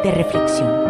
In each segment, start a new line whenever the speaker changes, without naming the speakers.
de reflexión.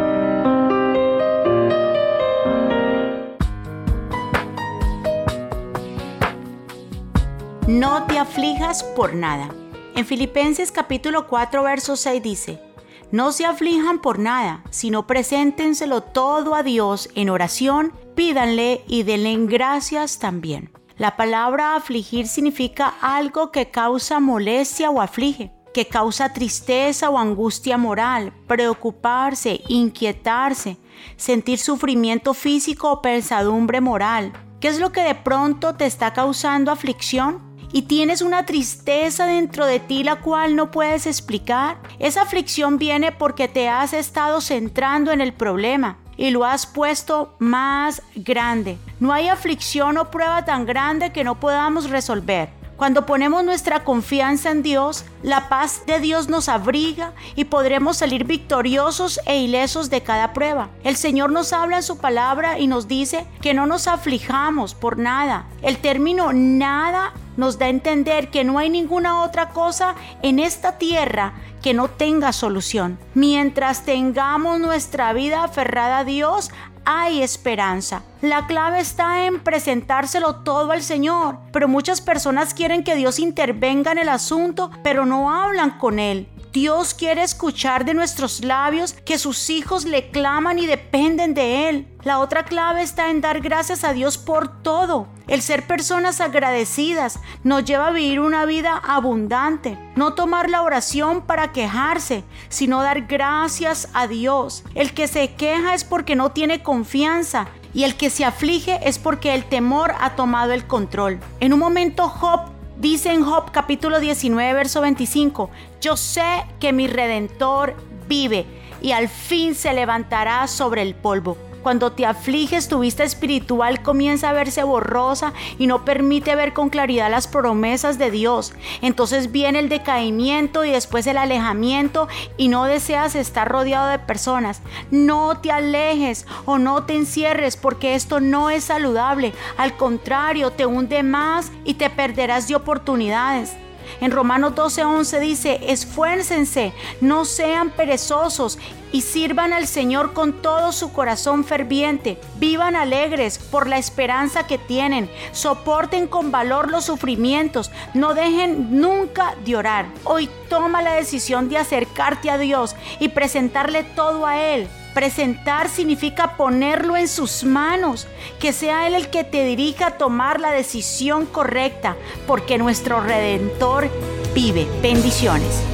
No te aflijas por nada. En Filipenses capítulo 4, verso 6 dice: no se aflijan por nada, sino preséntenselo todo a Dios en oración, pídanle y denle gracias también. La palabra afligir significa algo que causa molestia o aflige, que causa tristeza o angustia moral, preocuparse, inquietarse, sentir sufrimiento físico o pesadumbre moral. ¿Qué es lo que de pronto te está causando aflicción? ¿Y tienes una tristeza dentro de ti la cual no puedes explicar? Esa aflicción viene porque te has estado centrando en el problema y lo has puesto más grande. No hay aflicción o prueba tan grande que no podamos resolver. Cuando ponemos nuestra confianza en Dios, la paz de Dios nos abriga y podremos salir victoriosos e ilesos de cada prueba. El Señor nos habla en su palabra y nos dice que no nos aflijamos por nada. El término nada nos da a entender que no hay ninguna otra cosa en esta tierra que no tenga solución. Mientras tengamos nuestra vida aferrada a Dios, hay esperanza. La clave está en presentárselo todo al Señor, pero muchas personas quieren que Dios intervenga en el asunto, pero no hablan con Él. Dios quiere escuchar de nuestros labios que sus hijos le claman y dependen de Él. La otra clave está en dar gracias a Dios por todo. El ser personas agradecidas nos lleva a vivir una vida abundante. No tomar la oración para quejarse, sino dar gracias a Dios. El que se queja es porque no tiene confianza y el que se aflige es porque el temor ha tomado el control. En un momento Job dice en Job capítulo 19, verso 25, yo sé que mi Redentor vive y al fin se levantará sobre el polvo. Cuando te afliges, tu vista espiritual comienza a verse borrosa y no permite ver con claridad las promesas de Dios. Entonces viene el decaimiento y después el alejamiento y no deseas estar rodeado de personas. No te alejes o no te encierres porque esto no es saludable. Al contrario, te hunde más y te perderás de oportunidades. En Romanos 12:11 dice, esfuércense, no sean perezosos y sirvan al Señor con todo su corazón ferviente. Vivan alegres por la esperanza que tienen. Soporten con valor los sufrimientos. No dejen nunca de orar. Hoy toma la decisión de acercarte a Dios y presentarle todo a Él. Presentar significa ponerlo en sus manos, que sea Él el que te dirija a tomar la decisión correcta, porque nuestro Redentor vive. Bendiciones.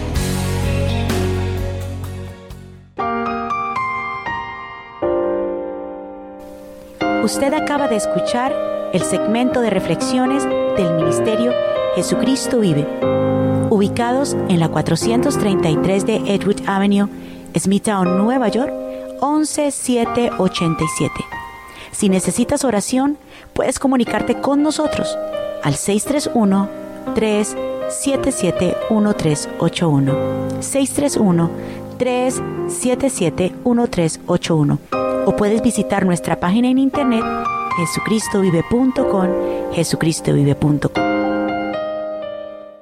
Usted acaba de escuchar el segmento de reflexiones del Ministerio Jesucristo Vive, ubicados en la 433 de Edgewood Avenue, Smithtown, Nueva York, 11787. Si necesitas oración, puedes comunicarte con nosotros al 631-377-1381. 631-377-1381. O puedes visitar nuestra página en internet jesucristovive.com, jesucristovive.com.